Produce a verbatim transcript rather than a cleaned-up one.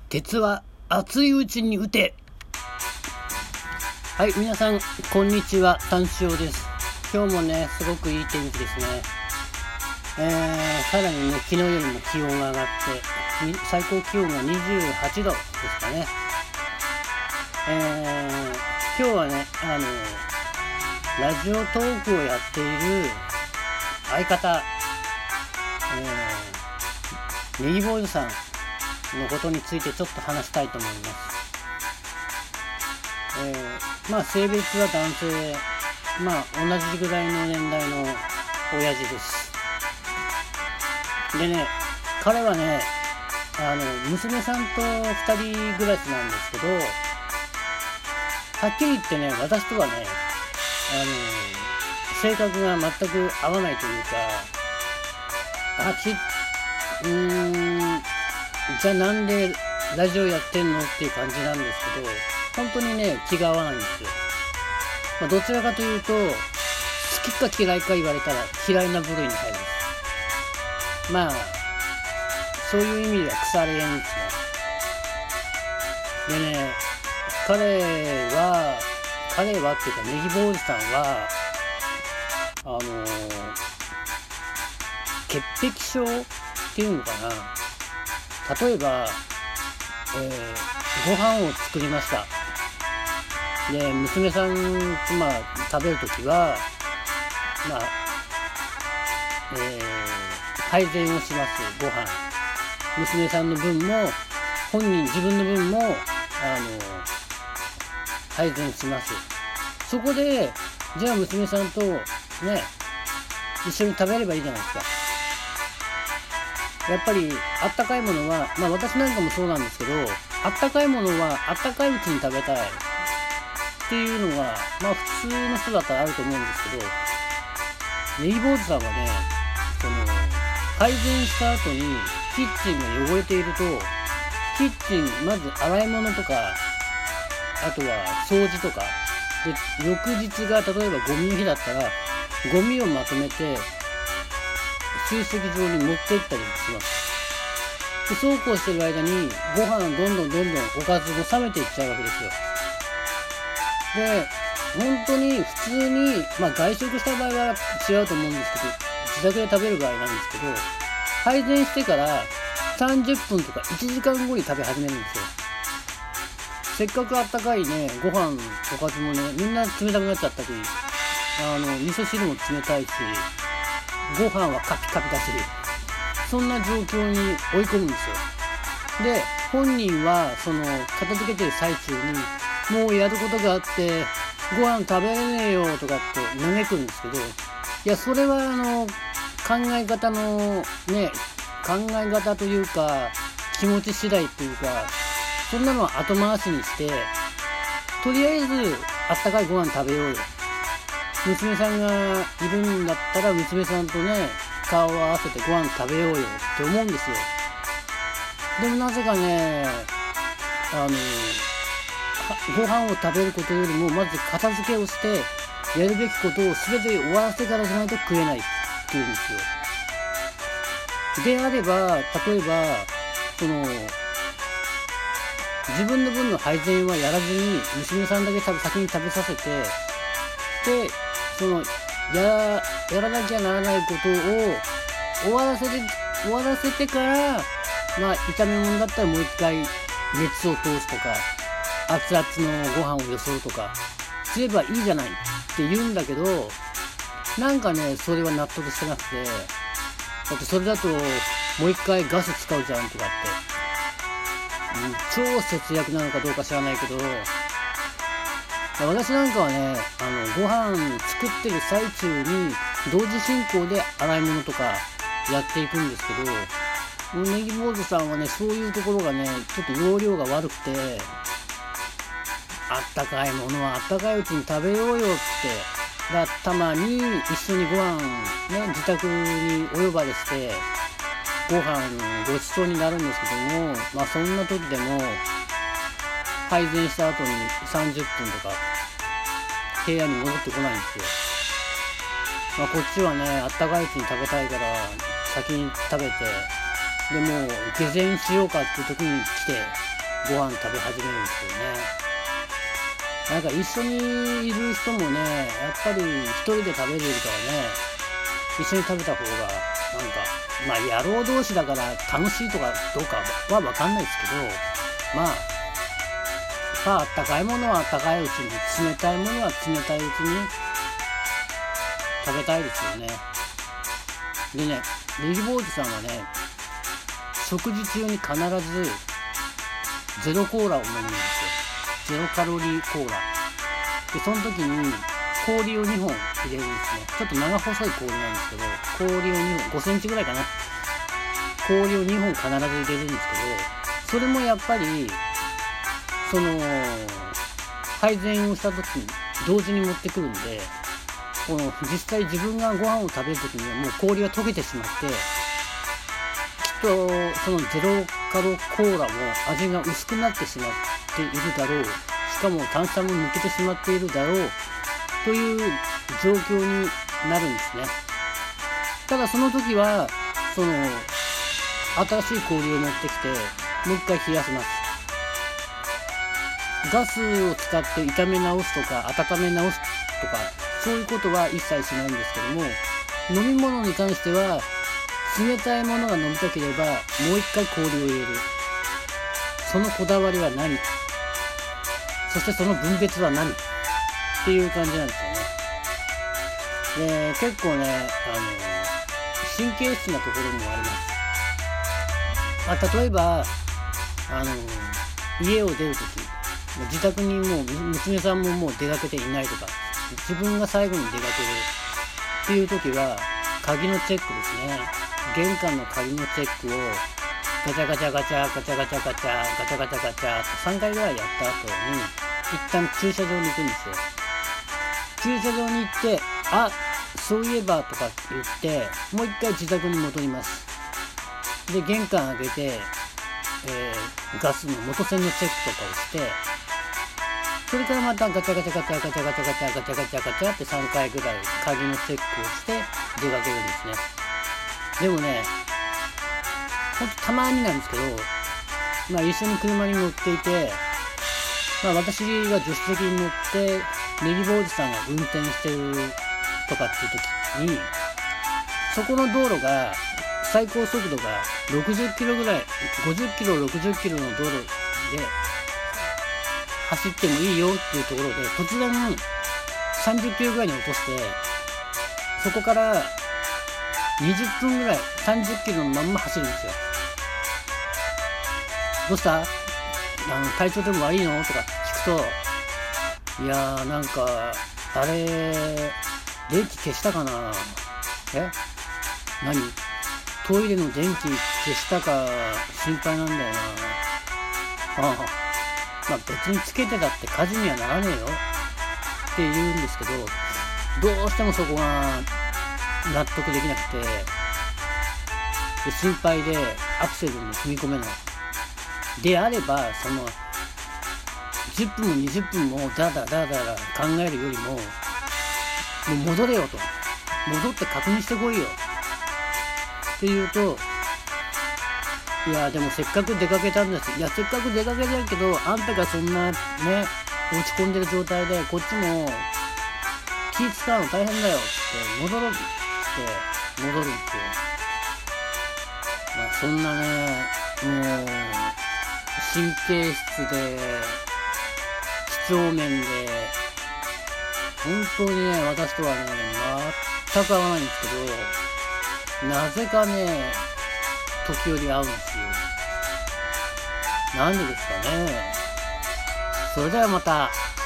鉄は熱いうちに打て。はい、皆さんこんにちは、タンシオです。今日もねすごくいい天気ですね。えー、さらにね昨日よりも気温が上がって最高気温がにじゅうはちどですかね。えー、今日はねあのラジオトークをやっている相方、えー、ネギボーイズさんのことについてちょっと話したいと思います。えー、まあ性別は男性、まあ同じぐらいの年代の親父です。でね、彼はね、あの娘さんとふたり暮らしなんですけど、はっきり言ってね、私とはね、あの性格が全く合わないというか、あきうーんじゃあなんでラジオやってんのっていう感じなんですけど、本当にね気が合わないんですよ。まあ、どちらかというと好きか嫌いか言われたら嫌いな部類に入る。まあそういう意味では腐れ縁ですね。でね、彼は彼はっていうかネギ坊主さんはあのー、潔癖症っていうのかな。例えば、えー、ご飯を作りました。で娘さんと、まあ、食べるときはまあ、えー、配膳をします。ご飯娘さんの分も本人自分の分もあの配膳します。そこでじゃあ娘さんとね一緒に食べればいいじゃないですか。やっぱりあったかいものは、まあ私なんかもそうなんですけど、あったかいものはあったかいうちに食べたいっていうのはまあ普通の人だったらあると思うんですけど、ネギ坊主さんはね、その配膳した後にキッチンが汚れていると、キッチンまず洗い物とか、あとは掃除とかで、翌日が例えばゴミの日だったらゴミをまとめて集積場に持って行ったりします。でそうこうしてる間にご飯どんどんどんどんおかずも冷めていっちゃうわけですよ。で本当に普通に、まあ外食した場合は違うと思うんですけど、自宅で食べる場合なんですけど、配膳してからさんじゅっぷんとかいちじかんごに食べ始めるんですよ。せっかくあったかいねご飯おかずもねみんな冷たくなっちゃったり、あの味噌汁も冷たいし、ご飯はカピカピだし、そんな状況に追い込むんですよ。で本人はその片付けてる最中にもうやることがあってご飯食べれねえよとかって嘆くんですけど、いやそれはあの考え方のね考え方というか気持ち次第っていうか、そんなのは後回しにして、とりあえずあったかいご飯食べようよ、娘さんがいるんだったら娘さんとね顔を合わせてご飯食べようよって思うんですよ。でもなぜかねあのご飯を食べることよりもまず片付けをしてやるべきことを全て終わらせてからじゃないと食えないっていうんですよ。であれば例えばその自分の分の配膳はやらずに娘さんだけ食べ先に食べさせて、でそのややらなきゃならないことを終わらせて終わらせてから、まあ炒め物だったらもう一回熱を通すとか熱々のご飯をよそうとかすればいいじゃないって言うんだけど、なんかねそれは納得してなくて、だってそれだともう一回ガス使うじゃんとかって、うん、超節約なのかどうか知らないけど、私なんかはねあのご飯作ってる最中に同時進行で洗い物とかやっていくんですけど、ネギ坊主さんはねそういうところがねちょっと容量が悪くて、あったかいものはあったかいうちに食べようよってがたまに一緒にご飯ね自宅にお呼ばれしてご飯ごちそうになるんですけども、まあそんな時でも配膳した後にさんじゅっぷんとか部屋に戻ってこないんですよ。まあこっちはねあったかいうちに食べたいから先に食べて、でもう下膳しようかっていう時に来てご飯食べ始めるんですよね。なんか一緒にいる人もね、やっぱり一人で食べるよりかはね、一緒に食べた方が、なんか、まあ野郎同士だから楽しいとかどうかはわかんないですけど、まあ、まああったかいものはあったかいうちに、冷たいものは冷たいうちに食べたいですよね。でね、ネギ坊主さんはね、食事中に必ずゼロコーラを飲むんですよ。ゼロカロリーコーラで、その時に氷をにほん入れるんですね。ちょっと長細い氷なんですけど、氷をにほん、ごセンチぐらいかな、氷をにほん必ず入れるんですけど、それもやっぱりその配膳をした時に同時に持ってくるんで、この実際自分がご飯を食べる時にはもう氷が溶けてしまって、きっとそのゼロカロコーラも味が薄くなってしまっているだろう、しかも炭酸も抜けてしまっているだろうという状況になるんですね。ただその時はその新しい氷を持ってきてもう一回冷やします。ガスを使って炒め直すとか温め直すとかそういうことは一切しないんですけども、飲み物に関しては冷たいものが飲みたければもう一回氷を入れる。そのこだわりは何、そしてその分別は何っていう感じなんですよね。で、結構ね、あの神経質なところもあります。まあ、例えばあの家を出るとき、自宅にもう娘さんももう出かけていないとか、自分が最後に出かけるっていうときは鍵のチェックですね。玄関の鍵のチェックをガチャガチャガチャガチャガチャガチャガチャガチャガチャってさんかいぐらいやった後に一旦駐車場に行くんですよ。駐車場に行って、あ、そういえばとかって言ってもう一回自宅に戻ります。で、玄関開けて、えー、ガスの元栓のチェックとかをして、それからまたガチャガチャガチャガチャガチャガチャガチャガチャガチャってさんかいぐらい鍵のチェックをして出かけるんですね。でもね、ほんとたまになんですけど、まあ一緒に車に乗っていて、まあ私が助手席に乗ってネギ坊主さんが運転してるとかっていう時に、そこの道路が最高速度がろくじゅっキロぐらい、ごじゅっキロろくじゅっキロの道路で走ってもいいよっていうところで突然さんじゅっキロぐらいに落として、そこからにじゅっぷんぐらいさんじゅっキロのまんま走るんですよ。どうした？あの体調でも悪いのとか聞くと、いやーなんかあれ電気消したかな、え何トイレの電気消したか心配なんだよな。ああ、まあ別につけてたって火事にはならねえよって言うんですけど、どうしてもそこが納得できなくて、で心配でアクセルも踏み込めない。であればそのじゅっぷんもにじゅっぷんもダラダラダラダラ考えるよりも、もう戻れよと、戻って確認してこいよって言うと、いやでもせっかく出かけたんです。いやせっかく出かけたけど、あんたがそんなね落ち込んでる状態でこっちも気使うの大変だよって戻ろうって戻るんですよ。まあそんなね、もう神経質で几帳面で本当にね、私とはね全く合わないんですけど、なぜかね時折合うんですよ。なんでですかね。それではまた。